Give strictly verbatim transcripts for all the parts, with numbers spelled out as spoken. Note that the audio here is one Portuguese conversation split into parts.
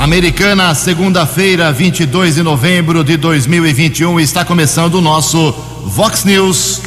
Americana, segunda-feira, vinte e dois de novembro de dois mil e vinte e um, está começando o nosso Vox News.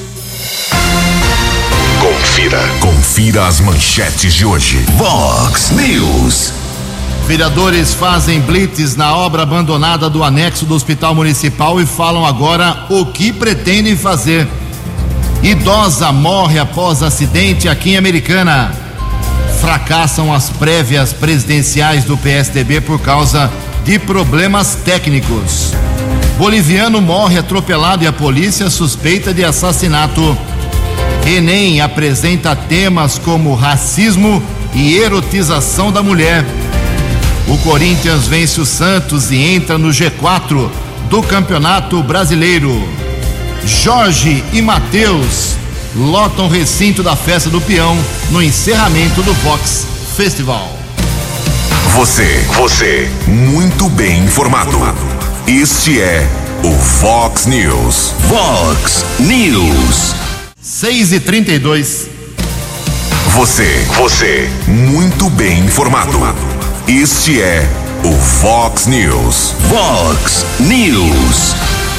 Confira, confira as manchetes de hoje. Vox News. Vereadores fazem blitz na obra abandonada do anexo do Hospital Municipal e falam agora o que pretendem fazer. Idosa morre após acidente aqui em Americana. Fracassam as prévias presidenciais do P S D B por causa de problemas técnicos. Boliviano morre atropelado e a polícia suspeita de assassinato. Enem apresenta temas como racismo e erotização da mulher. O Corinthians vence o Santos e entra no G quatro do Campeonato Brasileiro. Jorge e Matheus lotam o recinto da Festa do Peão no encerramento do Vox Festival. Você, você, muito bem informado. Este é o Vox News. Vox News. seis e trinta e dois. Você, você, muito bem informado. Este é o Vox News. Vox News.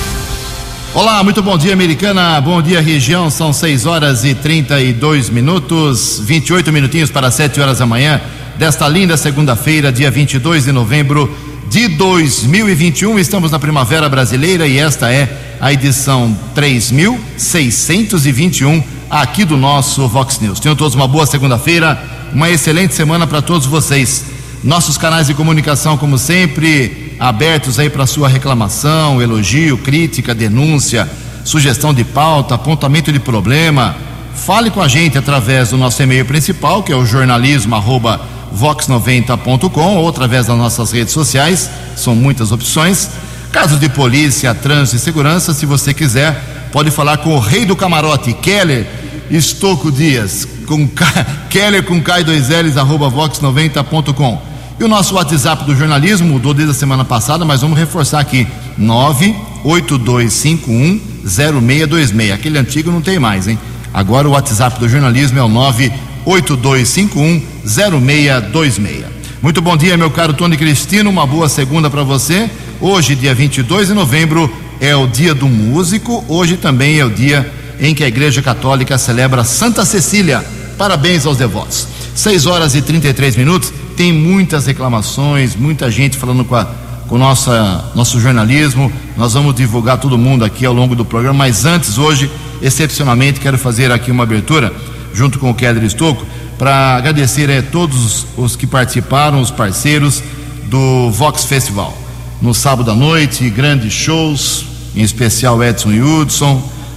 Olá, muito bom dia, Americana, bom dia, região. São seis horas e trinta e dois minutos, vinte e oito minutinhos para sete horas da manhã desta linda segunda-feira, dia vinte e dois de novembro de dois mil e vinte e um. Estamos na Primavera Brasileira e esta é a edição três mil seiscentos e vinte e um aqui do nosso Vox News. Tenham todos uma boa segunda-feira, uma excelente semana para todos vocês. Nossos canais de comunicação, como sempre, abertos aí para sua reclamação, elogio, crítica, denúncia, sugestão de pauta, apontamento de problema. Fale com a gente através do nosso e-mail principal, que é o jornalismo arroba vox noventa ponto com, ou através das nossas redes sociais, são muitas opções. Casos de polícia, trânsito e segurança, se você quiser, pode falar com o rei do camarote, Keller Estocco Dias, com K, Keller com K e dois L's, arroba vox noventa ponto com. E o nosso WhatsApp do jornalismo mudou desde a semana passada, mas vamos reforçar aqui, nove oito dois cinco um zero seis dois seis. Aquele antigo não tem mais, hein? Agora o WhatsApp do jornalismo é o nove oito dois cinco um zero seis dois seis. Muito bom dia, meu caro Tony Cristino, uma boa segunda para você. Hoje, dia vinte e dois de novembro, é o dia do músico. Hoje também é o dia em que a Igreja Católica celebra Santa Cecília. Parabéns aos devotos. seis horas e trinta e três minutos. Tem muitas reclamações, muita gente falando com, a, com nossa, nosso jornalismo. Nós vamos divulgar todo mundo aqui ao longo do programa, mas antes, hoje, excepcionalmente, quero fazer aqui uma abertura, junto com o Keller Estocco, para agradecer a todos os que participaram, os parceiros do Vox Festival. No sábado à noite, grandes shows, em especial Edson Hudson,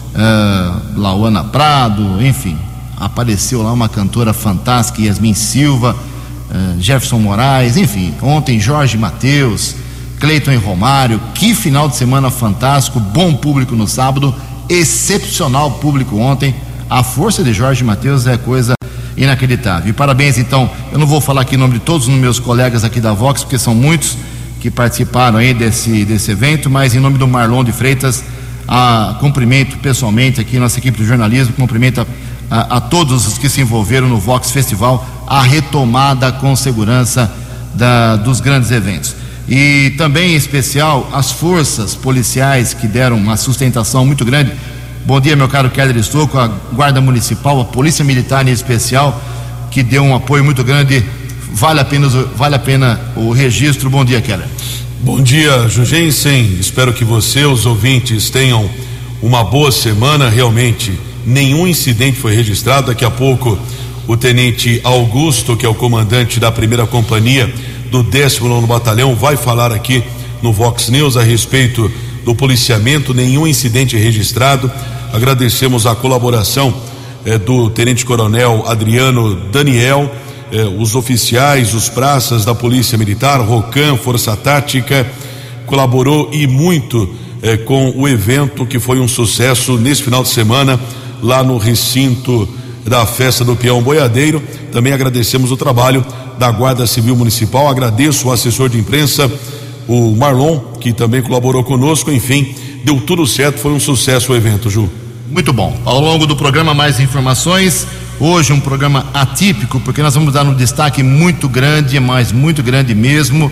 uh, Lauana Prado, enfim, apareceu lá uma cantora fantástica, Yasmin Silva, Uh, Jefferson Moraes, enfim, ontem Jorge Matheus, Cleiton e Romário. Que final de semana fantástico, bom público no sábado, excepcional público ontem. A força de Jorge Matheus é coisa inacreditável. E parabéns, então, eu não vou falar aqui em nome de todos os meus colegas aqui da Vox, porque são muitos que participaram aí desse, desse evento, mas em nome do Marlon de Freitas, a, cumprimento pessoalmente aqui nossa equipe de jornalismo, cumprimento a, a, a todos os que se envolveram no Vox Festival, a retomada com segurança da, dos grandes eventos. E também, em especial, as forças policiais que deram uma sustentação muito grande. Bom dia, meu caro Keller Estocco, a Guarda Municipal, a Polícia Militar em especial, que deu um apoio muito grande. Vale a pena, vale a pena o registro. Bom dia, Keller. Bom dia, Jugensen. Espero que você, os ouvintes, tenham uma boa semana. Realmente, nenhum incidente foi registrado. Daqui a pouco o tenente Augusto, que é o comandante da primeira companhia do décimo nono Batalhão, vai falar aqui no Vox News a respeito do policiamento. Nenhum incidente registrado. Agradecemos a colaboração eh, do tenente coronel Adriano Daniel, eh, os oficiais, os praças da Polícia Militar, Rocan, Força Tática, colaborou e muito eh, com o evento, que foi um sucesso nesse final de semana lá no recinto da Festa do Peão Boiadeiro. Também agradecemos o trabalho da Guarda Civil Municipal. Agradeço o assessor de imprensa, o Marlon, que também colaborou conosco. Enfim, deu tudo certo, foi um sucesso o evento, Ju. Muito bom. Ao longo do programa, mais informações. Hoje um programa atípico, porque nós vamos dar um destaque muito grande, mas muito grande mesmo,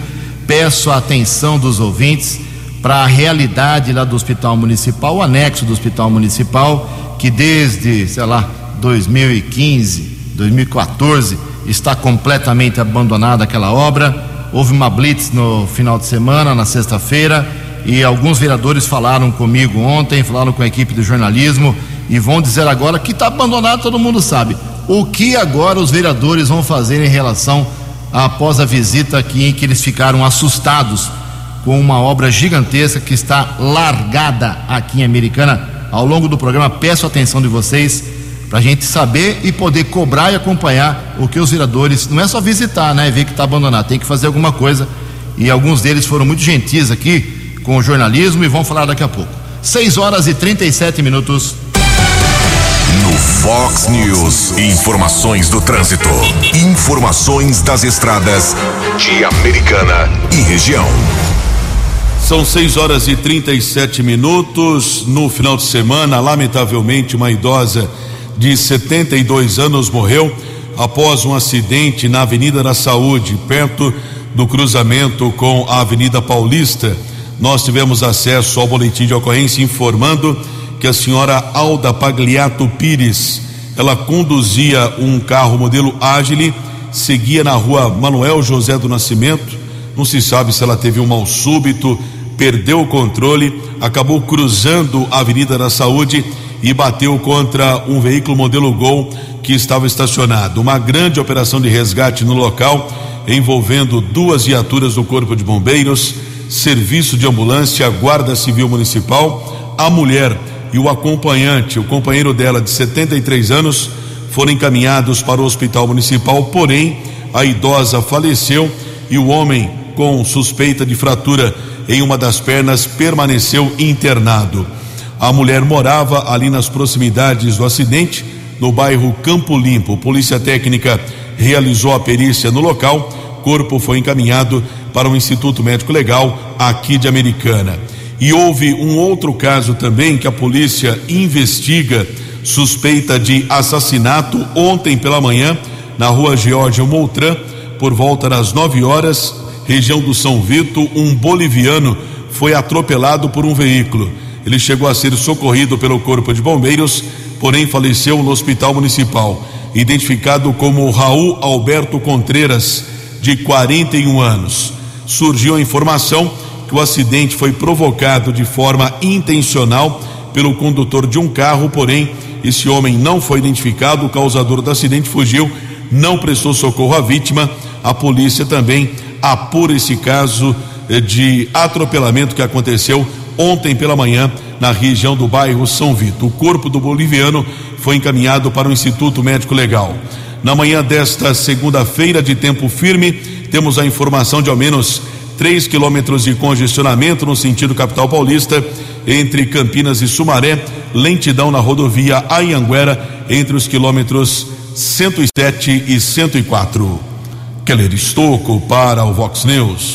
peço a atenção dos ouvintes para a realidade lá do Hospital Municipal, o anexo do Hospital Municipal, que desde, sei lá, dois mil e quinze, dois mil e quatorze, está completamente abandonada aquela obra. Houve uma blitz no final de semana, na sexta-feira, e alguns vereadores falaram comigo ontem, falaram com a equipe do jornalismo, e vão dizer agora que está abandonado, todo mundo sabe. O que agora os vereadores vão fazer em relação a, após a visita aqui, em que eles ficaram assustados com uma obra gigantesca que está largada aqui em Americana? Ao longo do programa, peço a atenção de vocês para a gente saber e poder cobrar e acompanhar o que os vereadores, não é só visitar, né, e ver que está abandonado, tem que fazer alguma coisa, e alguns deles foram muito gentis aqui com o jornalismo e vão falar daqui a pouco. seis horas e trinta e sete minutos. No Fox News, informações do trânsito, informações das estradas de Americana e região. São seis horas e trinta e sete minutos. No final de semana, lamentavelmente, uma idosa de setenta e dois anos morreu após um acidente na Avenida da Saúde, perto do cruzamento com a Avenida Paulista. Nós tivemos acesso ao boletim de ocorrência informando que a senhora Alda Pagliato Pires, ela conduzia um carro modelo Agile, seguia na rua Manuel José do Nascimento, não se sabe se ela teve um mal súbito, perdeu o controle, acabou cruzando a Avenida da Saúde e bateu contra um veículo modelo Gol que estava estacionado. Uma grande operação de resgate no local, envolvendo duas viaturas do Corpo de Bombeiros, Serviço de Ambulância, Guarda Civil Municipal. A mulher e o acompanhante, o companheiro dela de setenta e três anos, foram encaminhados para o Hospital Municipal, porém a idosa faleceu e o homem com suspeita de fratura em uma das pernas permaneceu internado. A mulher morava ali nas proximidades do acidente, no bairro Campo Limpo. Polícia Técnica realizou a perícia no local, corpo foi encaminhado para o Instituto Médico Legal aqui de Americana. E houve um outro caso também que a polícia investiga, suspeita de assassinato, ontem pela manhã, na rua Geórgio Moutran, por volta das nove horas, região do São Vito, um boliviano foi atropelado por um veículo. Ele chegou a ser socorrido pelo Corpo de Bombeiros, porém faleceu no Hospital Municipal, identificado como Raul Alberto Contreras, de quarenta e um anos. Surgiu a informação que o acidente foi provocado de forma intencional pelo condutor de um carro, porém esse homem não foi identificado, o causador do acidente fugiu, não prestou socorro à vítima. A polícia também apura esse caso de atropelamento que aconteceu ontem pela manhã na região do bairro São Vito. O corpo do boliviano foi encaminhado para o Instituto Médico Legal. Na manhã desta segunda-feira, de tempo firme, temos a informação de ao menos três quilômetros de congestionamento no sentido capital paulista, entre Campinas e Sumaré, lentidão na rodovia Anhanguera, entre os quilômetros cento e sete e cento e quatro. Keller Estocco para o Vox News.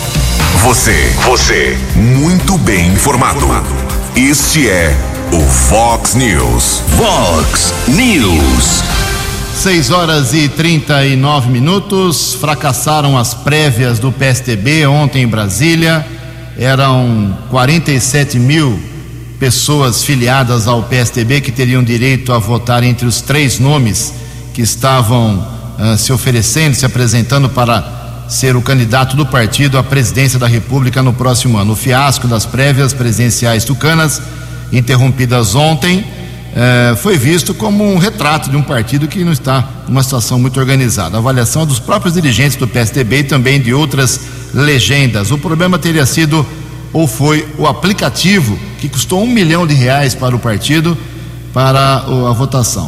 Você, você, muito bem informado. Este é o Vox News. Vox News. seis horas e trinta e nove minutos. Fracassaram as prévias do P S D B ontem em Brasília. Eram quarenta e sete mil pessoas filiadas ao P S D B que teriam direito a votar entre os três nomes que estavam uh, se oferecendo, se apresentando para ser o candidato do partido à presidência da República no próximo ano. O fiasco das prévias presidenciais tucanas, interrompidas ontem, eh, foi visto como um retrato de um partido que não está numa situação muito organizada. A avaliação dos próprios dirigentes do P S D B e também de outras legendas. O problema teria sido, ou foi, o aplicativo que custou um milhão de reais para o partido para a votação.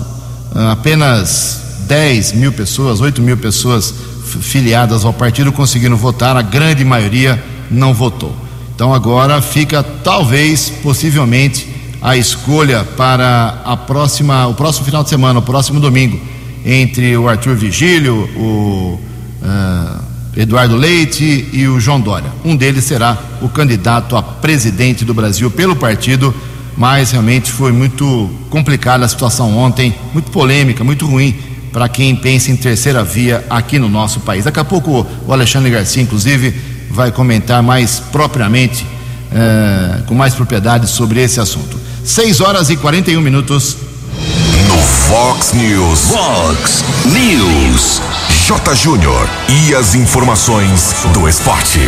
Apenas dez mil pessoas, oito mil pessoas filiadas ao partido conseguiram votar, a grande maioria não votou. Então agora fica, talvez, possivelmente, a escolha para a próxima, o próximo final de semana, o próximo domingo, entre o Arthur Vigílio, o uh, Eduardo Leite e o João Dória. Um deles será o candidato a presidente do Brasil pelo partido, mas realmente foi muito complicada a situação ontem, muito polêmica, muito ruim para quem pensa em terceira via aqui no nosso país. Daqui a pouco o Alexandre Garcia, inclusive, vai comentar mais propriamente, uh, com mais propriedade sobre esse assunto. seis horas e quarenta e um minutos. No Fox News. Fox News. J. Júnior e as informações do esporte.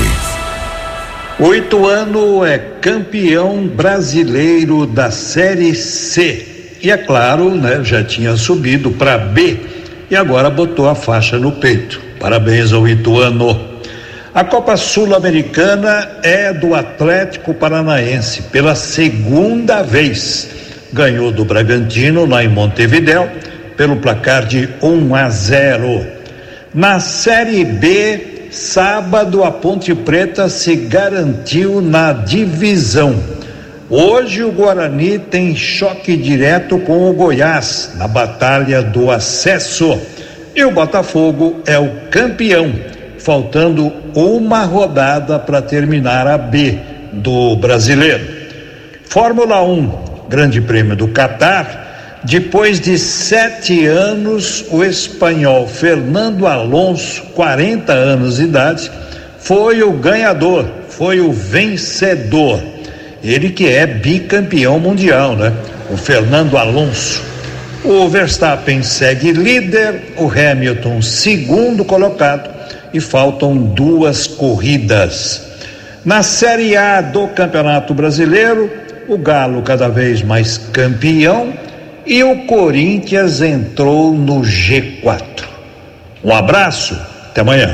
O Ituano é campeão brasileiro da Série C. E é claro, né, já tinha subido para B e agora botou a faixa no peito. Parabéns ao Ituano. A Copa Sul-Americana é do Atlético Paranaense pela segunda vez. Ganhou do Bragantino lá em Montevidéu pelo placar de um a zero. Na Série B, sábado a Ponte Preta se garantiu na divisão. Hoje o Guarani tem choque direto com o Goiás na batalha do acesso. E o Botafogo é o campeão, faltando uma rodada para terminar a B do Brasileiro. Fórmula um, Grande Prêmio do Catar. Depois de sete anos, o espanhol Fernando Alonso, quarenta anos de idade, foi o ganhador, foi o vencedor. Ele que é bicampeão mundial, né? O Fernando Alonso. O Verstappen segue líder, o Hamilton segundo colocado e faltam duas corridas. Na Série A do Campeonato Brasileiro, o Galo cada vez mais campeão e o Corinthians entrou no G quatro. Um abraço, até amanhã.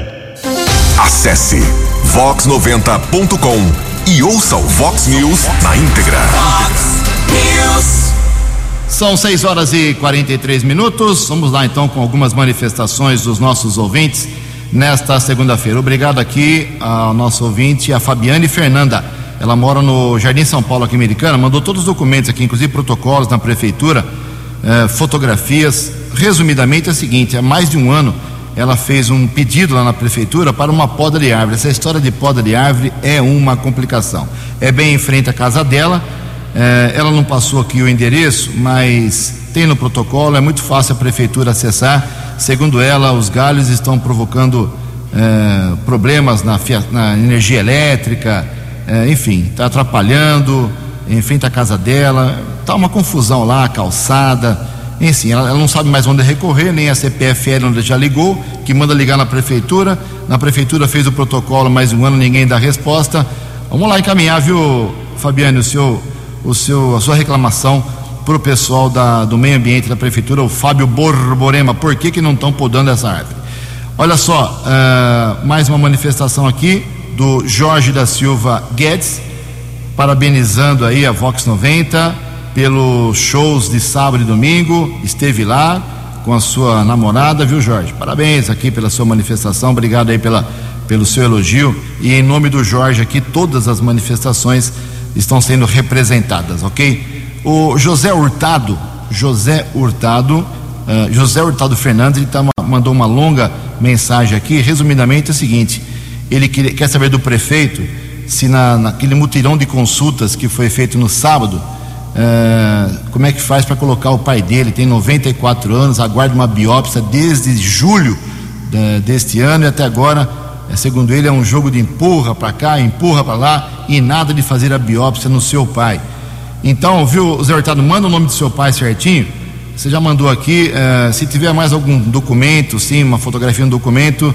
Acesse vox noventa ponto com e ouça o Vox News na íntegra. Vox News. São seis horas e quarenta e três minutos. Vamos lá então com algumas manifestações dos nossos ouvintes nesta segunda-feira. Obrigado aqui ao nosso ouvinte, a Fabiane Fernanda. Ela mora no Jardim São Paulo, aqui em Americana, mandou todos os documentos aqui, inclusive protocolos na prefeitura, eh, fotografias. Resumidamente é o seguinte: há mais de um ano ela fez um pedido lá na prefeitura para uma poda de árvore. Essa história de poda de árvore é uma complicação. É bem em frente à casa dela, eh, ela não passou aqui o endereço, mas tem no protocolo, é muito fácil a prefeitura acessar. Segundo ela, os galhos estão provocando eh, problemas na, na energia elétrica, É, enfim, está atrapalhando, em frente à casa dela, está uma confusão lá, calçada, enfim, ela, ela não sabe mais onde recorrer, nem a C P F L onde já ligou, que manda ligar na prefeitura, na prefeitura fez o protocolo, mais um ano ninguém dá resposta. Vamos lá encaminhar, viu, Fabiane, o seu, o seu, a sua reclamação para o pessoal da, do meio ambiente da prefeitura, o Fábio Borborema, por que que não estão podando essa árvore? Olha só, uh, mais uma manifestação aqui do Jorge da Silva Guedes, parabenizando aí a Vox noventa pelos shows de sábado e domingo. Esteve lá com a sua namorada, viu, Jorge? Parabéns aqui pela sua manifestação, obrigado aí pela, pelo seu elogio. E em nome do Jorge aqui, todas as manifestações estão sendo representadas, ok? O José Hurtado, José Hurtado, uh, José Hurtado Fernandes, ele tá, mandou uma longa mensagem aqui. Resumidamente é o seguinte: ele quer, quer saber do prefeito se na, naquele mutirão de consultas que foi feito no sábado, uh, como é que faz para colocar o pai dele, tem noventa e quatro anos, aguarda uma biópsia desde julho uh, deste ano e até agora, uh, segundo ele, é um jogo de empurra para cá, empurra para lá e nada de fazer a biópsia no seu pai. Então, viu, Zé Hurtado, manda o nome do seu pai certinho. Você já mandou aqui, uh, se tiver mais algum documento, sim, uma fotografia, um documento,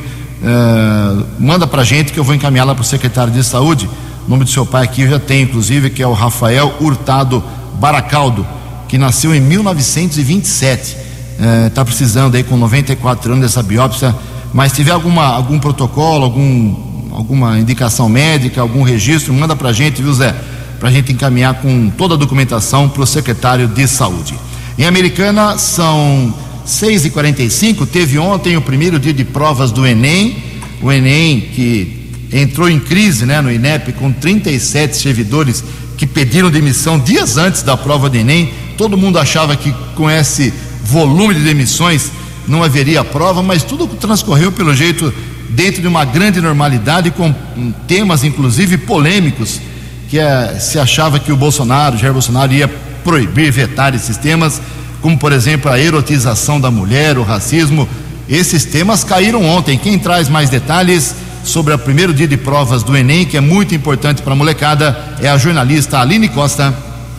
Uh, manda pra gente que eu vou encaminhar lá pro secretário de saúde. O nome do seu pai aqui eu já tenho, inclusive, que é o Rafael Hurtado Baracaldo, que nasceu em mil novecentos e vinte e sete. Uh, tá precisando aí com noventa e quatro anos dessa biópsia. Mas se tiver alguma, algum protocolo, algum, alguma indicação médica, algum registro, manda pra gente, viu, Zé? Pra gente encaminhar com toda a documentação pro secretário de saúde. Em Americana são seis e quarenta e cinco, teve ontem o primeiro dia de provas do Enem, o Enem que entrou em crise, né, no INEP, com trinta e sete servidores que pediram demissão dias antes da prova do Enem. Todo mundo achava que com esse volume de demissões não haveria prova, mas tudo transcorreu pelo jeito dentro de uma grande normalidade, com temas inclusive polêmicos, que é, se achava que o Bolsonaro, Jair Bolsonaro, ia proibir, vetar esses temas, como por exemplo a erotização da mulher, o racismo. Esses temas caíram ontem. Quem traz mais detalhes sobre o primeiro dia de provas do Enem, que é muito importante para a molecada, é a jornalista Aline Costa.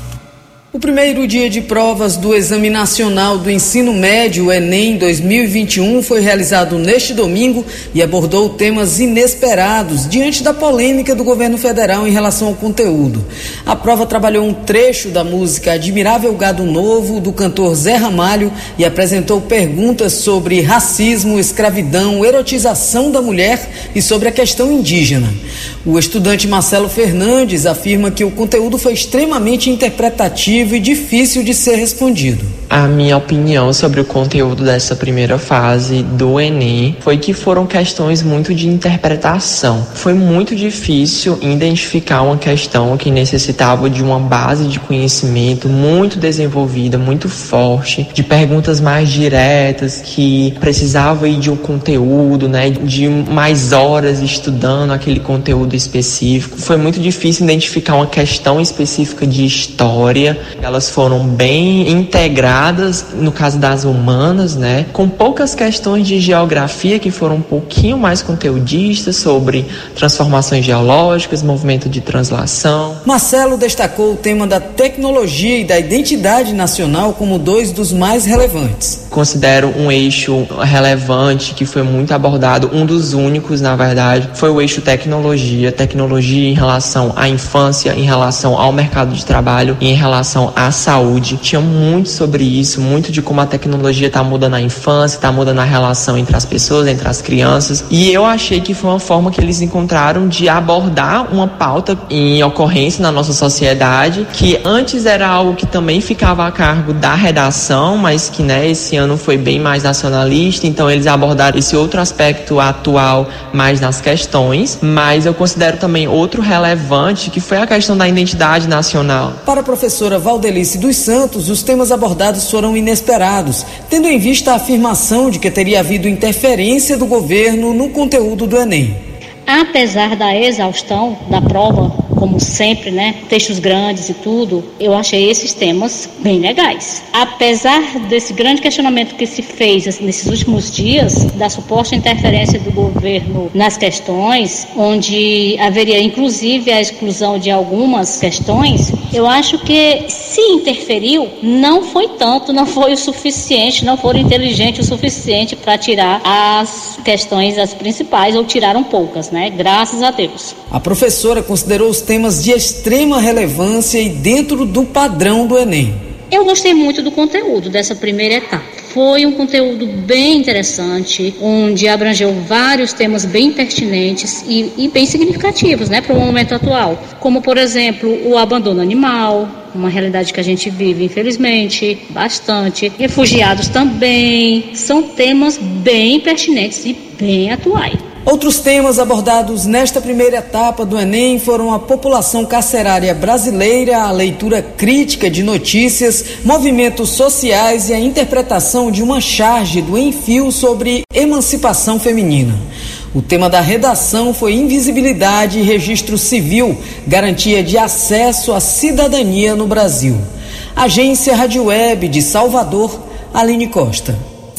O primeiro dia de provas do Exame Nacional do Ensino Médio, o Enem dois mil e vinte e um, foi realizado neste domingo e abordou temas inesperados diante da polêmica do governo federal em relação ao conteúdo. A prova trabalhou um trecho da música Admirável Gado Novo, do cantor Zé Ramalho, e apresentou perguntas sobre racismo, escravidão, erotização da mulher e sobre a questão indígena. O estudante Marcelo Fernandes afirma que o conteúdo foi extremamente interpretativo e difícil de ser respondido. A minha opinião sobre o conteúdo dessa primeira fase do Enem foi que foram questões muito de interpretação. Foi muito difícil identificar uma questão que necessitava de uma base de conhecimento muito desenvolvida, muito forte, de perguntas mais diretas, que precisava ir de um conteúdo, né, de mais horas estudando aquele conteúdo específico. Foi muito difícil identificar uma questão específica de história. Elas foram bem integradas, no caso das humanas, né, com poucas questões de geografia que foram um pouquinho mais conteudistas sobre transformações geológicas, movimento de translação. Marcelo destacou o tema da tecnologia e da identidade nacional como dois dos mais relevantes. Considero um eixo relevante que foi muito abordado, um dos únicos, na verdade, foi o eixo tecnologia, tecnologia em relação à infância, em relação ao mercado de trabalho e em relação à saúde. Tinha muito sobre isso, muito de como a tecnologia está mudando a infância, está mudando a relação entre as pessoas, entre as crianças, e eu achei que foi uma forma que eles encontraram de abordar uma pauta em ocorrência na nossa sociedade, que antes era algo que também ficava a cargo da redação, mas que, né, esse ano foi bem mais nacionalista, então eles abordaram esse outro aspecto atual mais nas questões, mas eu considero também outro relevante, que foi a questão da identidade nacional. Para a professora Valdelice dos Santos, os temas abordados foram inesperados, tendo em vista a afirmação de que teria havido interferência do governo no conteúdo do Enem. Apesar da exaustão da prova, como sempre, né, textos grandes e tudo, eu achei esses temas bem legais. Apesar desse grande questionamento que se fez nesses últimos dias, da suposta interferência do governo nas questões, onde haveria inclusive a exclusão de algumas questões, eu acho que se interferiu, não foi tanto, não foi o suficiente, não foram inteligentes o suficiente para tirar as questões, as principais, ou tiraram poucas, né? Graças a Deus. A professora considerou os temas de extrema relevância e dentro do padrão do Enem. Eu gostei muito do conteúdo dessa primeira etapa. Foi um conteúdo bem interessante, onde abrangeu vários temas bem pertinentes e, e bem significativos, né, para o momento atual. Como, por exemplo, o abandono animal, uma realidade que a gente vive, infelizmente, bastante. Refugiados também. São temas bem pertinentes e bem atuais. Outros temas abordados nesta primeira etapa do Enem foram a população carcerária brasileira, a leitura crítica de notícias, movimentos sociais e a interpretação de uma charge do Enfio sobre emancipação feminina. O tema da redação foi invisibilidade e registro civil, garantia de acesso à cidadania no Brasil. Agência Rádio Web de Salvador, Aline Costa.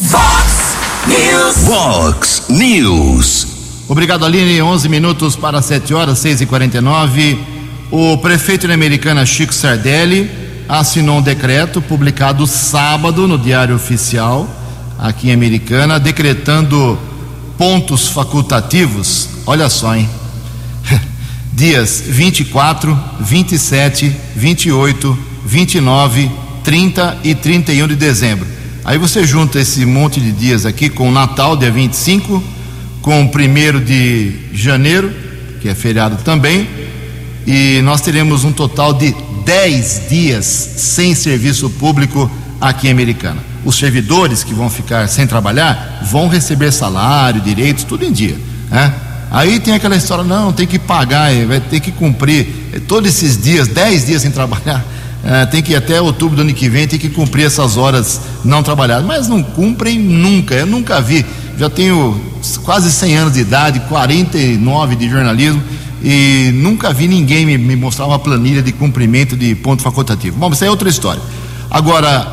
Vox News. Vox News. Obrigado, Aline. onze minutos para sete horas, seis e quarenta e nove. O prefeito de Americana, Chico Sardelli, assinou um decreto publicado sábado no Diário Oficial, aqui em Americana, decretando pontos facultativos. Olha só, hein? Dias vinte e quatro, vinte e sete, vinte e oito, vinte e nove, trinta e trinta e um de dezembro. Aí você junta esse monte de dias aqui com o Natal, dia vinte e cinco, com o primeiro de janeiro, que é feriado também, e nós teremos um total de dez dias sem serviço público aqui em Americana. Os servidores que vão ficar sem trabalhar vão receber salário, direitos, tudo em dia, né? Aí tem aquela história, não, tem que pagar, vai ter que cumprir todos esses dias, dez dias sem trabalhar, é, tem que ir até outubro do ano que vem, tem que cumprir essas horas não trabalhadas, mas não cumprem nunca. Eu nunca vi, já tenho quase cem anos de idade, quarenta e nove de jornalismo, e nunca vi ninguém me, me mostrar uma planilha de cumprimento de ponto facultativo. Bom, isso aí é outra história. Agora,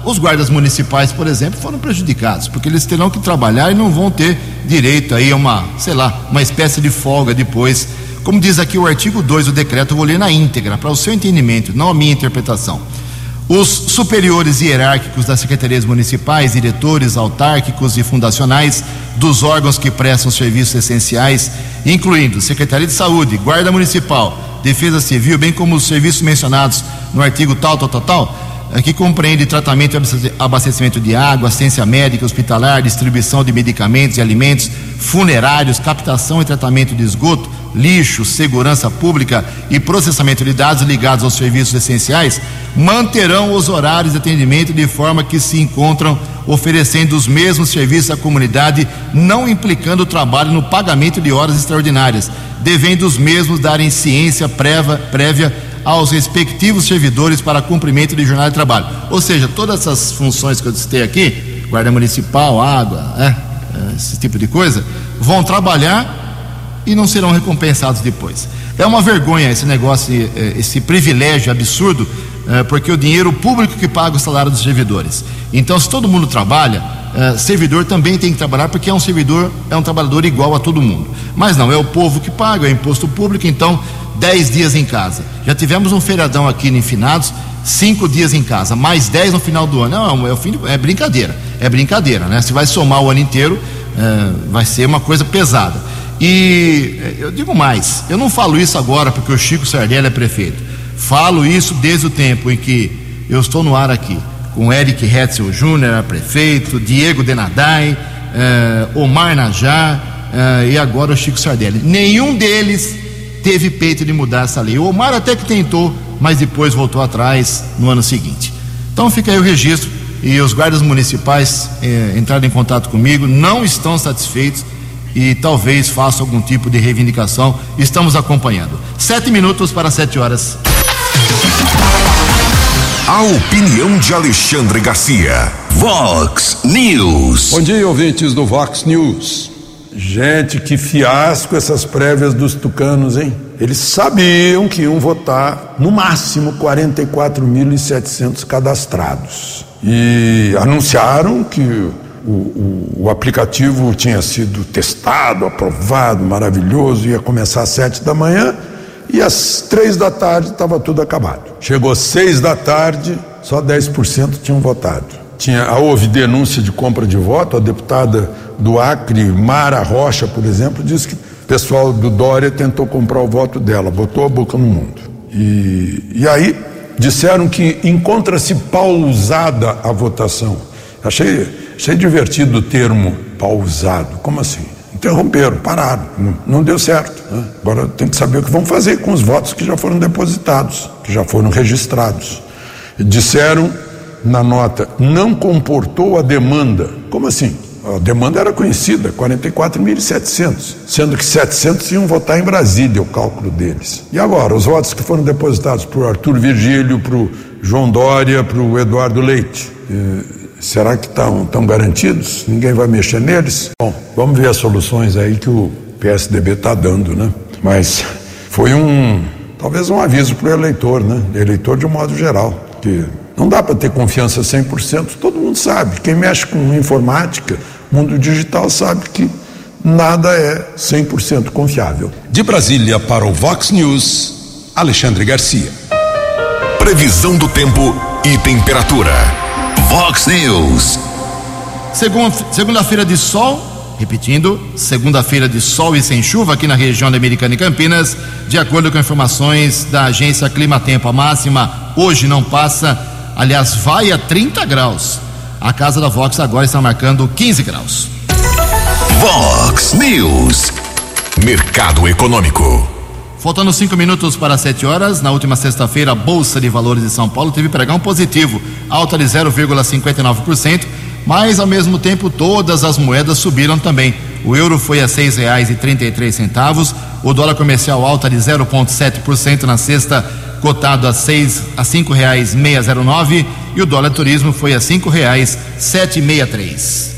Os guardas municipais, por exemplo, foram prejudicados, porque eles terão que trabalhar e não vão ter direito aí a uma, sei lá, uma espécie de folga depois. Como diz aqui o artigo dois do decreto, eu vou ler na íntegra, para o seu entendimento, não a minha interpretação. Os superiores hierárquicos das secretarias municipais, diretores autárquicos e fundacionais dos órgãos que prestam serviços essenciais, incluindo Secretaria de Saúde, Guarda Municipal, Defesa Civil, bem como os serviços mencionados no artigo tal, tal, tal, tal, que compreende tratamento e abastecimento de água, assistência médica, hospitalar, distribuição de medicamentos e alimentos, funerários, captação e tratamento de esgoto, lixo, segurança pública e processamento de dados ligados aos serviços essenciais, manterão os horários de atendimento de forma que se encontram oferecendo os mesmos serviços à comunidade, não implicando o trabalho no pagamento de horas extraordinárias, devendo os mesmos darem ciência prévia, prévia aos respectivos servidores para cumprimento de jornada de trabalho. Ou seja, todas essas funções que eu citei aqui, guarda municipal, água, é, esse tipo de coisa, vão trabalhar e não serão recompensados depois. É uma vergonha esse negócio, esse privilégio absurdo, porque o dinheiro público que paga o salário dos servidores. Então, se todo mundo trabalha, servidor também tem que trabalhar, porque é um servidor, é um trabalhador igual a todo mundo. Mas não, é o povo que paga, é o imposto público, então dez dias em casa. Já tivemos um feriadão aqui em Finados, cinco dias em casa, mais dez no final do ano. Não, é, o fim de, é brincadeira, é brincadeira, né? Se vai somar o ano inteiro, é, vai ser uma coisa pesada. E eu digo mais, eu não falo isso agora porque o Chico Sardelli é prefeito. Falo isso desde o tempo em que eu estou no ar aqui, com Eric Hetzel Júnior, era prefeito, Diego Denadai, eh, Omar Najá eh, e agora o Chico Sardelli. Nenhum deles teve peito de mudar essa lei. O Omar até que tentou, mas depois voltou atrás no ano seguinte. Então fica aí o registro, e os guardas municipais eh, entraram em contato comigo, não estão satisfeitos e talvez façam algum tipo de reivindicação. Estamos acompanhando. Sete minutos para sete horas. A opinião de Alexandre Garcia. Vox News. Bom dia, ouvintes do Vox News. Gente, que fiasco essas prévias dos tucanos, hein? Eles sabiam que iam votar no máximo quarenta e quatro mil e setecentos cadastrados. E anunciaram que o, o, o aplicativo tinha sido testado, aprovado, maravilhoso, ia começar às sete da manhã. E às três da tarde estava tudo acabado. Chegou seis da tarde, só dez por cento tinham votado. Tinha, houve denúncia de compra de voto. A deputada do Acre, Mara Rocha, por exemplo, disse que o pessoal do Dória tentou comprar o voto dela, botou a boca no mundo. E, e aí disseram que encontra-se pausada a votação. Achei, achei divertido o termo pausado. Como assim? Interromperam, pararam, não, não deu certo, né? Agora tem que saber o que vão fazer com os votos que já foram depositados, que já foram registrados. E disseram na nota, não comportou a demanda. Como assim? A demanda era conhecida, quarenta e quatro mil e setecentos, sendo que setecentos iam votar em Brasília, o cálculo deles. E agora, os votos que foram depositados para o Arthur Virgílio, para o João Dória, para o Eduardo Leite, eh, será que estão tão garantidos? Ninguém vai mexer neles? Bom, vamos ver as soluções aí que o P S D B está dando, né? Mas foi um, talvez um aviso para o eleitor, né? Eleitor de um modo geral, que não dá para ter confiança cem por cento, todo mundo sabe. Quem mexe com informática, mundo digital, sabe que nada é cem por cento confiável. De Brasília para o Vox News, Alexandre Garcia. Previsão do tempo e temperatura. Vox News. Segunda-feira de sol, repetindo, segunda-feira de sol e sem chuva aqui na região da Americana e Campinas, de acordo com informações da agência Climatempo. A máxima hoje não passa, aliás, vai a trinta graus. A casa da Vox agora está marcando quinze graus. Vox News. Mercado Econômico. Faltando cinco minutos para sete horas, na última sexta-feira, a Bolsa de Valores de São Paulo teve pregão positivo, alta de zero vírgula cinquenta e nove por cento, mas ao mesmo tempo todas as moedas subiram também. O euro foi a seis reais e trinta e três centavos, o dólar comercial alta de zero vírgula sete por cento na sexta, cotado a seis a cinco reais seiscentos e nove, e o dólar turismo foi a cinco reais setecentos e sessenta e três.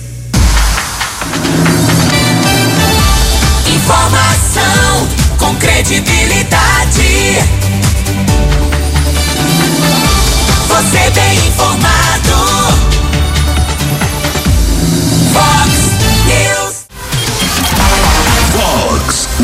Informação com credibilidade. Você bem informado.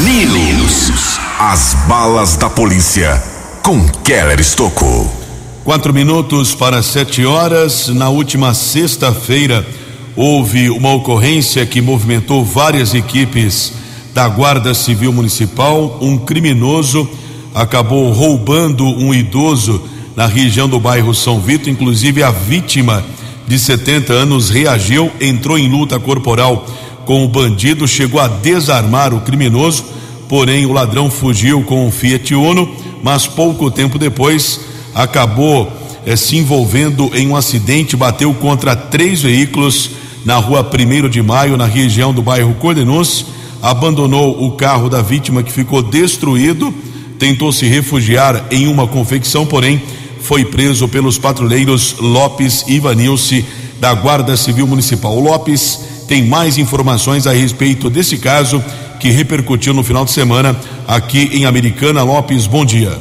News. As balas da polícia com Keller Estocco. Quatro minutos para sete horas. Na última sexta-feira houve uma ocorrência que movimentou várias equipes da Guarda Civil Municipal. Um criminoso acabou roubando um idoso na região do bairro São Vito. Inclusive a vítima de setenta anos reagiu, entrou em luta corporal com o bandido, chegou a desarmar o criminoso, porém o ladrão fugiu com um Fiat Uno, mas pouco tempo depois acabou eh, se envolvendo em um acidente, bateu contra três veículos na rua primeiro de maio, na região do bairro Cordenúncio, abandonou o carro da vítima, que ficou destruído, tentou se refugiar em uma confecção, porém foi preso pelos patrulheiros Lopes e Ivanilce da Guarda Civil Municipal. O Lopes tem mais informações a respeito desse caso que repercutiu no final de semana aqui em Americana. Lopes, bom dia.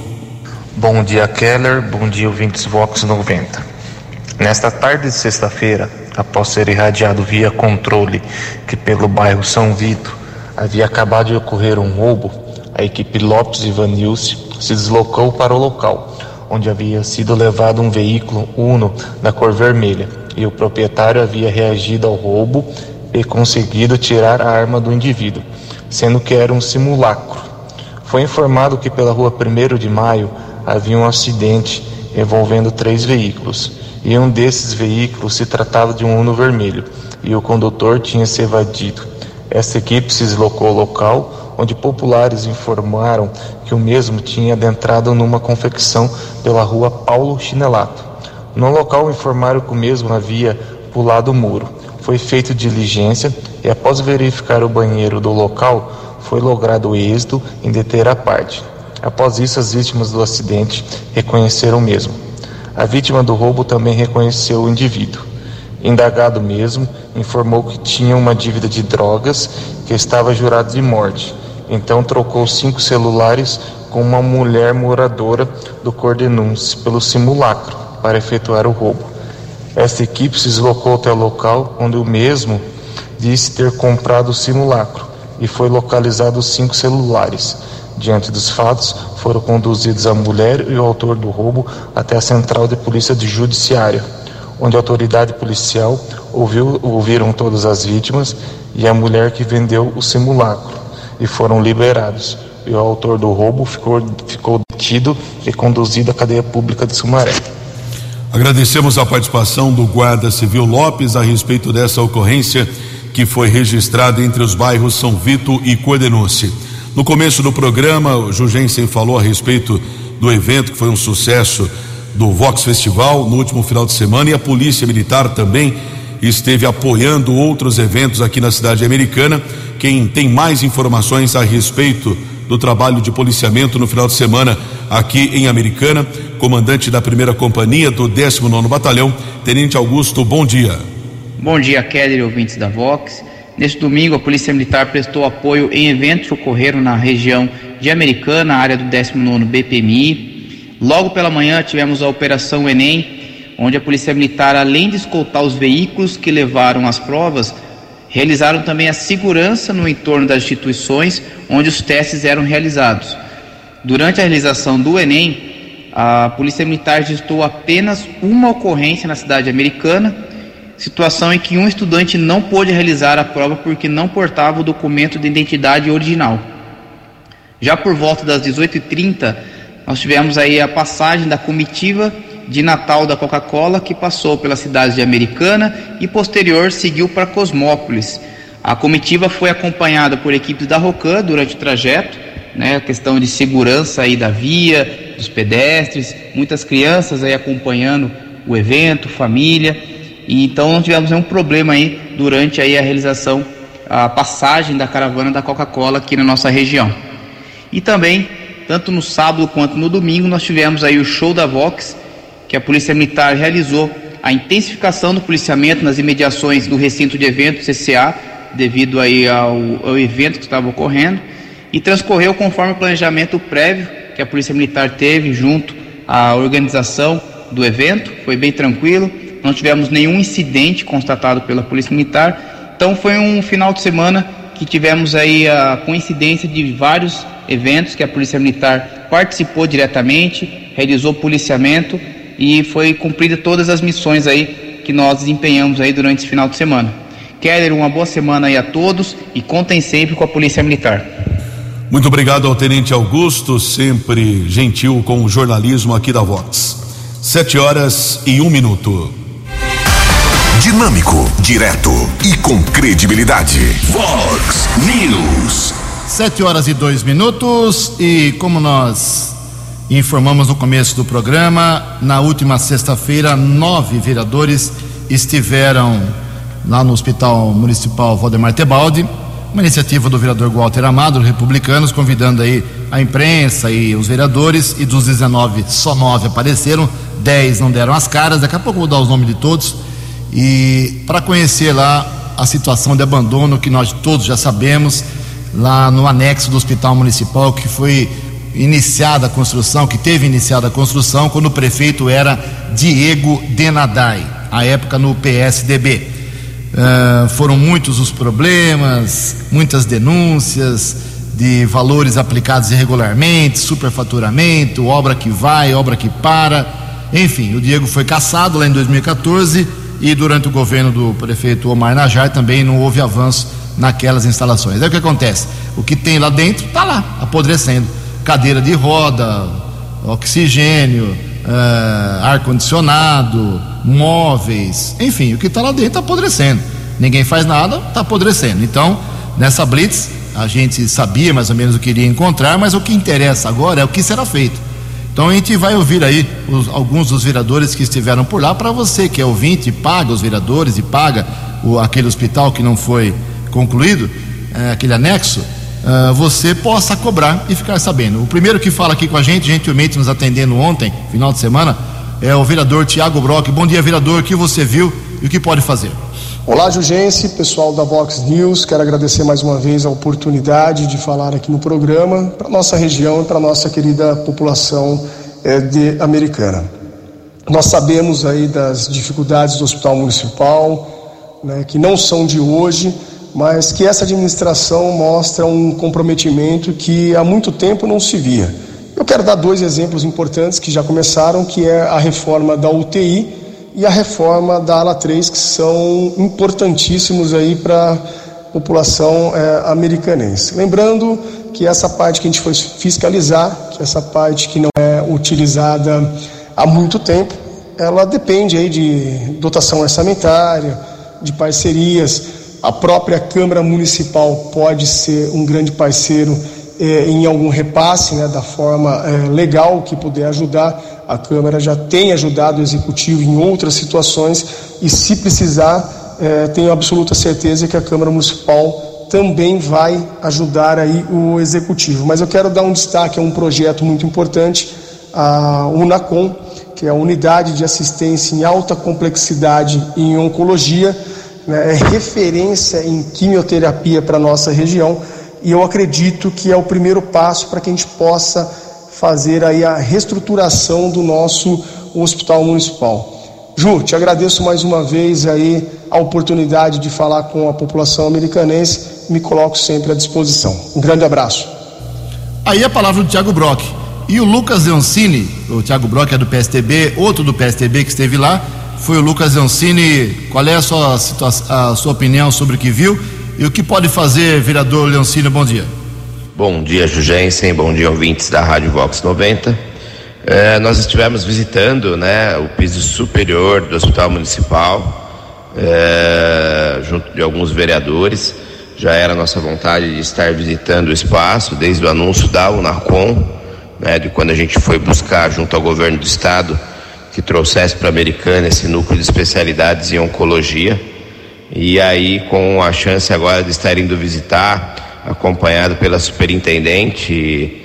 Bom dia, Keller. Bom dia, ouvintes Vox noventa. Nesta tarde de sexta-feira, após ser irradiado via controle que pelo bairro São Vito havia acabado de ocorrer um roubo, a equipe Lopes e Ivanilce se deslocou para o local, onde havia sido levado um veículo Uno da cor vermelha, e o proprietário havia reagido ao roubo e conseguido tirar a arma do indivíduo, sendo que era um simulacro. Foi informado que pela rua primeiro de maio havia um acidente envolvendo três veículos, e um desses veículos se tratava de um Uno vermelho, e o condutor tinha se evadido. Essa equipe se deslocou ao local, onde populares informaram que o mesmo tinha adentrado numa confecção pela rua Paulo Chinelato. No local informaram que o mesmo havia pulado o muro. Foi feita diligência e, após verificar o banheiro do local, foi logrado êxito em deter a parte. Após isso, as vítimas do acidente reconheceram o mesmo. A vítima do roubo também reconheceu o indivíduo. Indagado mesmo, informou que tinha uma dívida de drogas que estava jurado de morte. Então trocou cinco celulares com uma mulher moradora do Cordenúncio pelo simulacro para efetuar o roubo. Esta equipe se deslocou até o local, onde o mesmo disse ter comprado o simulacro, e foi localizado os cinco celulares. Diante dos fatos, foram conduzidos a mulher e o autor do roubo até a Central de Polícia Judiciária, onde a autoridade policial ouviu, ouviram todas as vítimas e a mulher que vendeu o simulacro, e foram liberados. E o autor do roubo ficou, ficou detido e conduzido à cadeia pública de Sumaré. Agradecemos a participação do Guarda Civil Lopes a respeito dessa ocorrência que foi registrada entre os bairros São Vito e Cordenúncio. No começo do programa, o Jugensen falou a respeito do evento que foi um sucesso do Vox Festival no último final de semana, e a Polícia Militar também esteve apoiando outros eventos aqui na cidade americana. Quem tem mais informações a respeito do trabalho de policiamento no final de semana aqui em Americana, comandante da primeira companhia do décimo nono Batalhão, Tenente Augusto, bom dia. Bom dia, Keller e ouvintes da Vox. Neste domingo, a Polícia Militar prestou apoio em eventos que ocorreram na região de Americana, área do décimo nono B P M I. Logo pela manhã tivemos a Operação Enem, onde a Polícia Militar, além de escoltar os veículos que levaram as provas, realizaram também a segurança no entorno das instituições onde os testes eram realizados. Durante a realização do Enem, a Polícia Militar registrou apenas uma ocorrência na cidade americana, situação em que um estudante não pôde realizar a prova porque não portava o documento de identidade original. Já por volta das dezoito e trinta, nós tivemos aí a passagem da comitiva de Natal da Coca-Cola, que passou pela cidade de Americana e posterior seguiu para Cosmópolis. A comitiva foi acompanhada por equipes da Rocan durante o trajeto, né, a questão de segurança aí da via, dos pedestres, muitas crianças aí acompanhando o evento, família, e então não tivemos nenhum problema aí durante aí a realização, a passagem da caravana da Coca-Cola aqui na nossa região. E também, tanto no sábado quanto no domingo, nós tivemos aí o show da Vox, que a Polícia Militar realizou a intensificação do policiamento nas imediações do recinto de eventos C C A, devido aí ao, ao evento que estava ocorrendo, e transcorreu conforme o planejamento prévio que a Polícia Militar teve junto à organização do evento. Foi bem tranquilo, não tivemos nenhum incidente constatado pela Polícia Militar, então foi um final de semana que tivemos aí a coincidência de vários eventos que a Polícia Militar participou diretamente, realizou policiamento e foi cumprida todas as missões aí que nós desempenhamos aí durante esse final de semana. Keller, uma boa semana aí a todos e contem sempre com a Polícia Militar. Muito obrigado ao Tenente Augusto, sempre gentil com o jornalismo aqui da Vox. Sete horas e um minuto. Dinâmico, direto e com credibilidade. Vox News. Sete horas e dois minutos e como nós informamos no começo do programa, na última sexta-feira, nove vereadores estiveram lá no Hospital Municipal Valdemar Tebaldi, uma iniciativa do vereador Walter Amado, republicanos, convidando aí a imprensa e os vereadores, e dos dezenove, só nove apareceram, dez não deram as caras, daqui a pouco eu vou dar os nomes de todos, e para conhecer lá a situação de abandono que nós todos já sabemos, lá no anexo do Hospital Municipal, que foi iniciada a construção, que teve iniciada a construção, quando o prefeito era Diego Denadai, à época no P S D B. Uh, foram muitos os problemas, muitas denúncias de valores aplicados irregularmente, superfaturamento, obra que vai, obra que para, enfim, o Diego foi cassado lá em dois mil e catorze e durante o governo do prefeito Omar Najar também não houve avanço naquelas instalações. Aí o que acontece? O que tem lá dentro está lá, apodrecendo, cadeira de roda, oxigênio, uh, ar-condicionado, móveis, enfim, o que está lá dentro está apodrecendo, ninguém faz nada, está apodrecendo. Então, nessa blitz a gente sabia mais ou menos o que iria encontrar, mas o que interessa agora é o que será feito. Então a gente vai ouvir aí os, alguns dos vereadores que estiveram por lá, para você que é ouvinte e paga os vereadores e paga o, aquele hospital que não foi concluído, é, aquele anexo, é, você possa cobrar e ficar sabendo. O primeiro que fala aqui com a gente, gentilmente nos atendendo ontem, final de semana, é o vereador Tiago Brock. Bom dia, vereador, o que você viu e o que pode fazer? Olá, Jugense, pessoal da Vox News, quero agradecer mais uma vez a oportunidade de falar aqui no programa para nossa região e para nossa querida população é, de Americana. Nós sabemos aí das dificuldades do Hospital Municipal, né, que não são de hoje, mas que essa administração mostra um comprometimento que há muito tempo não se via. Eu quero dar dois exemplos importantes que já começaram, que é a reforma da U T I e a reforma da ala três, que são importantíssimos aí para a população é, americanense. Lembrando que essa parte que a gente foi fiscalizar, que essa parte que não é utilizada há muito tempo, ela depende aí de dotação orçamentária, de parcerias. A própria Câmara Municipal pode ser um grande parceiro eh, em algum repasse, né, da forma eh, legal que puder ajudar. A Câmara já tem ajudado o Executivo em outras situações e, se precisar, eh, tenho absoluta certeza que a Câmara Municipal também vai ajudar aí o Executivo. Mas eu quero dar um destaque a um projeto muito importante, a UNACOM, que é a Unidade de Assistência em Alta Complexidade em Oncologia, né, é referência em quimioterapia para a nossa região, e eu acredito que é o primeiro passo para que a gente possa fazer aí a reestruturação do nosso Hospital Municipal. Ju, te agradeço mais uma vez aí a oportunidade de falar com a população americanense, me coloco sempre à disposição. Um grande abraço. Aí a palavra do Tiago Brock. E o Lucas Leoncini, o Tiago Brock é do P S D B, outro do P S D B que esteve lá, foi o Lucas Leoncini. Qual é a sua, a sua opinião sobre o que viu e o que pode fazer, vereador Leoncini? Bom dia. Bom dia, Jugensen, bom dia, ouvintes da Rádio Vox noventa. É, nós estivemos visitando, né, o piso superior do Hospital Municipal, é, junto de alguns vereadores. Já era nossa vontade de estar visitando o espaço desde o anúncio da UNACOM, né, de quando a gente foi buscar junto ao governo do estado que trouxesse para a Americana esse núcleo de especialidades em oncologia, e aí com a chance agora de estar indo visitar, acompanhado pela superintendente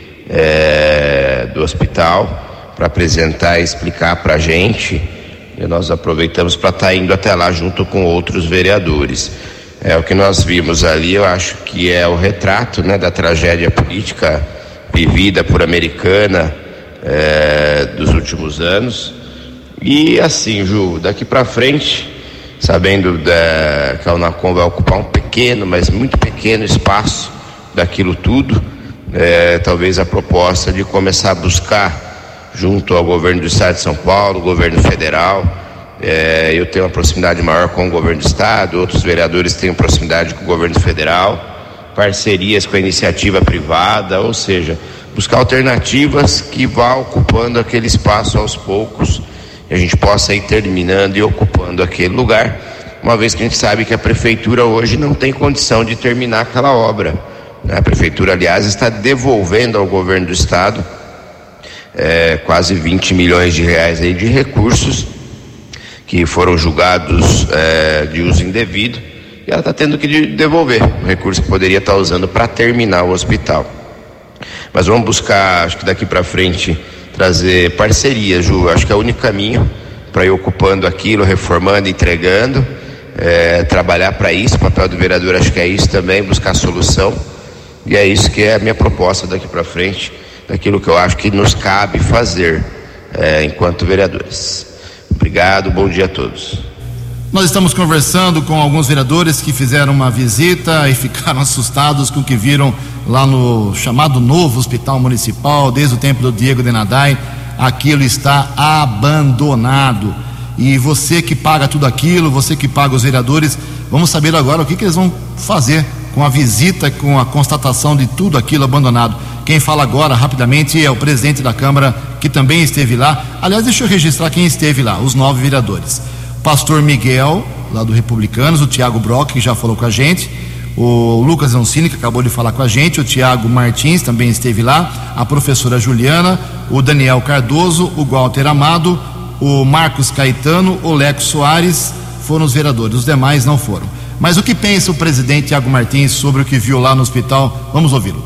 é, do hospital, para apresentar e explicar para a gente, e nós aproveitamos para estar indo até lá junto com outros vereadores. É, o que nós vimos ali, eu acho que é o retrato, né, da tragédia política vivida por Americana é, dos últimos anos. E assim, Ju, daqui para frente sabendo da, que a Unacom vai ocupar um pequeno, mas muito pequeno espaço daquilo tudo, é, talvez a proposta de começar a buscar junto ao governo do estado de São Paulo, governo federal, é, eu tenho uma proximidade maior com o governo do estado, outros vereadores têm proximidade com o governo federal, parcerias com a iniciativa privada, ou seja, buscar alternativas que vá ocupando aquele espaço aos poucos e a gente possa ir terminando e ocupando aquele lugar, uma vez que a gente sabe que a prefeitura hoje não tem condição de terminar aquela obra. A prefeitura, aliás, está devolvendo ao governo do estado é, quase vinte milhões de reais aí de recursos que foram julgados é, de uso indevido, e ela está tendo que devolver o recurso que poderia estar usando para terminar o hospital. Mas vamos buscar, acho que daqui para frente, trazer parcerias, Ju. Acho que é o único caminho para ir ocupando aquilo, reformando, entregando, é, trabalhar para isso. O papel do vereador acho que é isso também, buscar solução, e é isso que é a minha proposta daqui para frente, daquilo que eu acho que nos cabe fazer é, enquanto vereadores. Obrigado, bom dia a todos. Nós estamos conversando com alguns vereadores que fizeram uma visita e ficaram assustados com o que viram lá no chamado novo hospital municipal, desde o tempo do Diego Denadai. Aquilo está abandonado. E você que paga tudo aquilo, você que paga os vereadores, vamos saber agora o que, que eles vão fazer com a visita, com a constatação de tudo aquilo abandonado. Quem fala agora, rapidamente, é o presidente da Câmara, que também esteve lá. Aliás, deixa eu registrar quem esteve lá, os nove vereadores. Pastor Miguel, lá do Republicanos, o Tiago Brock, que já falou com a gente, o Lucas Ancini, que acabou de falar com a gente, o Tiago Martins também esteve lá, a professora Juliana, o Daniel Cardoso, o Walter Amado, o Marcos Caetano, o Leco Soares, foram os vereadores, os demais não foram. Mas o que pensa o presidente Tiago Martins sobre o que viu lá no hospital? Vamos ouvi-lo.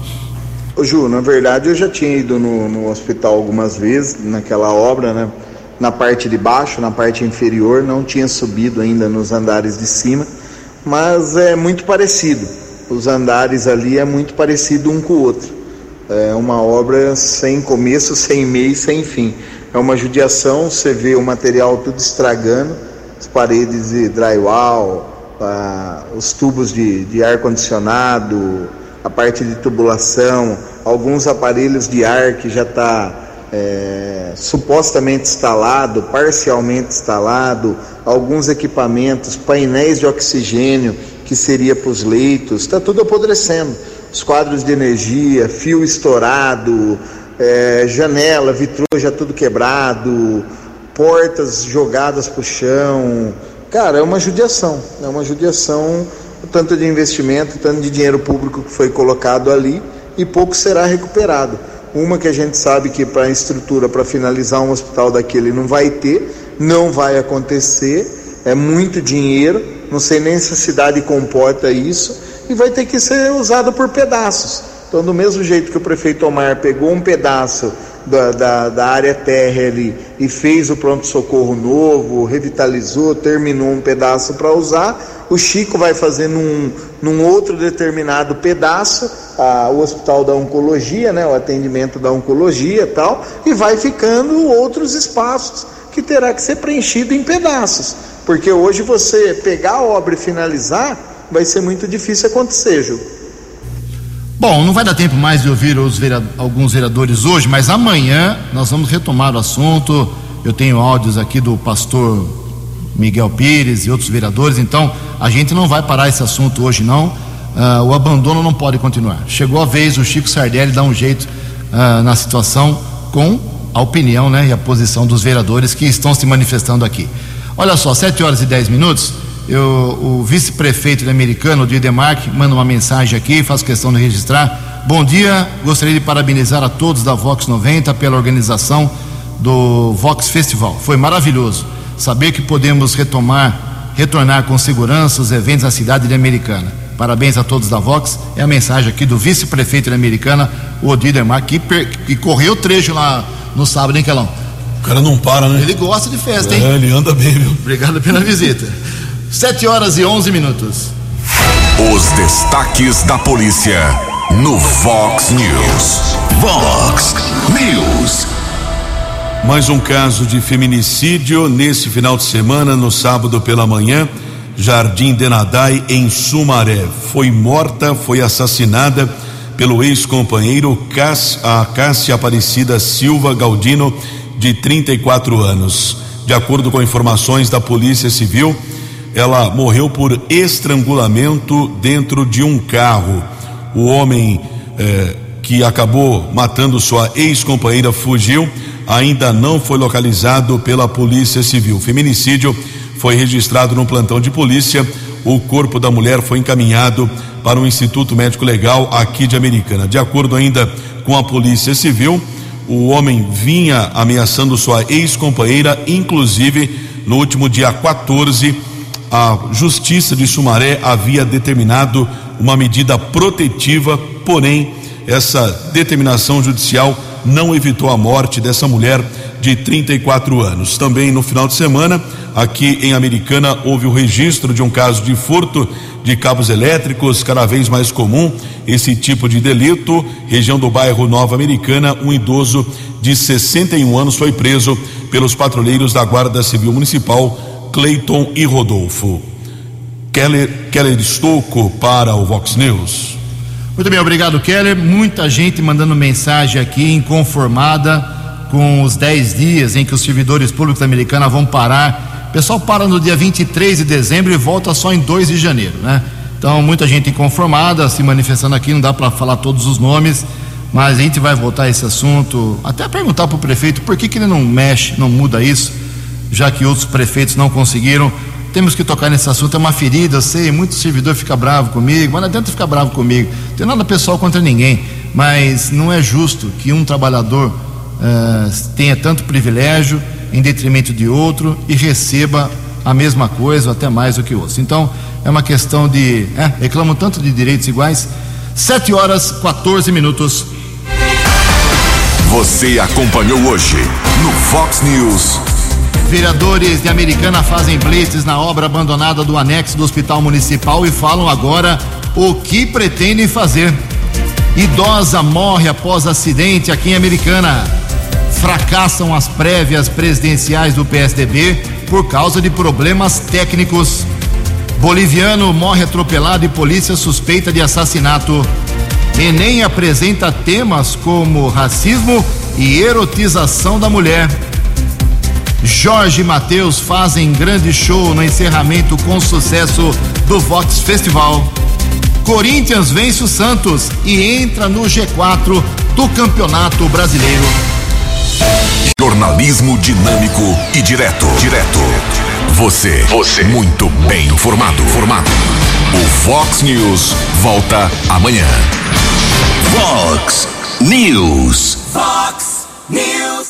Ô Ju, na verdade eu já tinha ido no, no hospital algumas vezes, naquela obra, né? Na parte de baixo, na parte inferior, não tinha subido ainda nos andares de cima, mas é muito parecido. Os andares ali é muito parecido um com o outro. É uma obra sem começo, sem meio, sem fim. É uma judiação, você vê o material tudo estragando, as paredes de drywall, ah, os tubos de, de ar-condicionado, a parte de tubulação, alguns aparelhos de ar que já está é, supostamente instalado, parcialmente instalado, alguns equipamentos, painéis de oxigênio que seria para os leitos, está tudo apodrecendo. Os quadros de energia, fio estourado, é, janela, vitrô já tudo quebrado, portas jogadas para o chão. Cara, é uma judiação, é uma judiação, o tanto de investimento, o tanto de dinheiro público que foi colocado ali, e pouco será recuperado. Uma que a gente sabe que para a estrutura, para finalizar um hospital daquele não vai ter, não vai acontecer, é muito dinheiro, não sei nem se a cidade comporta isso, e vai ter que ser usado por pedaços. Então, do mesmo jeito que o prefeito Omar pegou um pedaço da, da, da área térrea ali e fez o pronto-socorro novo, revitalizou, terminou um pedaço para usar, o Chico vai fazer num, num outro determinado pedaço a, o hospital da oncologia, né, o atendimento da oncologia e tal, e vai ficando outros espaços que terá que ser preenchido em pedaços, porque hoje você pegar a obra e finalizar vai ser muito difícil acontecer, Ju. Bom, não vai dar tempo mais de ouvir os vereador, alguns vereadores hoje, mas amanhã nós vamos retomar o assunto. Eu tenho áudios aqui do pastor Miguel Pires e outros vereadores, então a gente não vai parar esse assunto hoje não. Uh, o abandono não pode continuar. Chegou a vez o Chico Sardelli dar um jeito uh, na situação, com a opinião, né, e a posição dos vereadores que estão se manifestando aqui. Olha só, sete horas e dez minutos. Eu, o vice-prefeito de Americana, o Didemarque, manda uma mensagem aqui, faço questão de registrar. Bom dia, gostaria de parabenizar a todos da Vox noventa pela organização do Vox Festival. Foi maravilhoso saber que podemos retomar, retornar com segurança os eventos na cidade de Americana. Parabéns a todos da Vox. É a mensagem aqui do vice-prefeito de Americana, o Didemarque, que, per, que correu o trecho lá no sábado, hein, Kelão? O cara não para, né? Ele gosta de festa, hein? É, ele anda bem, viu? Obrigado pela visita. Sete horas e onze minutos. Os destaques da polícia no Vox News. Vox News. Mais um caso de feminicídio nesse final de semana, no sábado pela manhã, Jardim Denadai, em Sumaré. Foi morta, foi assassinada pelo ex-companheiro a Cássia Aparecida Silva Galdino, de trinta e quatro anos. De acordo com informações da Polícia Civil, ela morreu por estrangulamento dentro de um carro. O homem eh, que acabou matando sua ex-companheira fugiu, ainda não foi localizado pela Polícia Civil. O feminicídio foi registrado no plantão de polícia. O corpo da mulher foi encaminhado para o Instituto Médico Legal aqui de Americana. De acordo ainda com a Polícia Civil, o homem vinha ameaçando sua ex-companheira, inclusive no último dia quatorze, a Justiça de Sumaré havia determinado uma medida protetiva, porém essa determinação judicial não evitou a morte dessa mulher de trinta e quatro anos. Também no final de semana, aqui em Americana, houve o registro de um caso de furto de cabos elétricos, cada vez mais comum esse tipo de delito. Região do bairro Nova Americana, um idoso de sessenta e um anos foi preso pelos patrulheiros da Guarda Civil Municipal, Cleiton e Rodolfo. Keller, Keller Estocco para o Vox News. Muito bem, obrigado, Keller. Muita gente mandando mensagem aqui, inconformada com os dez dias em que os servidores públicos da Americana vão parar. O pessoal para no dia vinte e três de dezembro e volta só em dois de janeiro, né? Então, muita gente inconformada se manifestando aqui, não dá para falar todos os nomes, mas a gente vai voltar a esse assunto, até perguntar para o prefeito por que, que ele não mexe, não muda isso, já que outros prefeitos não conseguiram. Temos que tocar nesse assunto, é uma ferida, eu sei, muito servidor fica bravo comigo, mas não adianta ficar bravo comigo, não tem nada pessoal contra ninguém, mas não é justo que um trabalhador uh, tenha tanto privilégio em detrimento de outro e receba a mesma coisa ou até mais do que outros. Então é uma questão de, é, reclamam tanto de direitos iguais. Sete horas, quatorze minutos. Você acompanhou hoje no Fox News. Vereadores de Americana fazem blitz na obra abandonada do anexo do Hospital Municipal e falam agora o que pretendem fazer. Idosa morre após acidente aqui em Americana. Fracassam as prévias presidenciais do P S D B por causa de problemas técnicos. Boliviano morre atropelado e polícia suspeita de assassinato. Enem apresenta temas como racismo e erotização da mulher. Jorge e Mateus fazem grande show no encerramento com sucesso do Vox Festival. Corinthians vence o Santos e entra no G quatro do Campeonato Brasileiro. Jornalismo dinâmico e direto. Direto. Você. Você. Muito bem informado. Formado. O Fox News volta amanhã. Fox News. Fox News.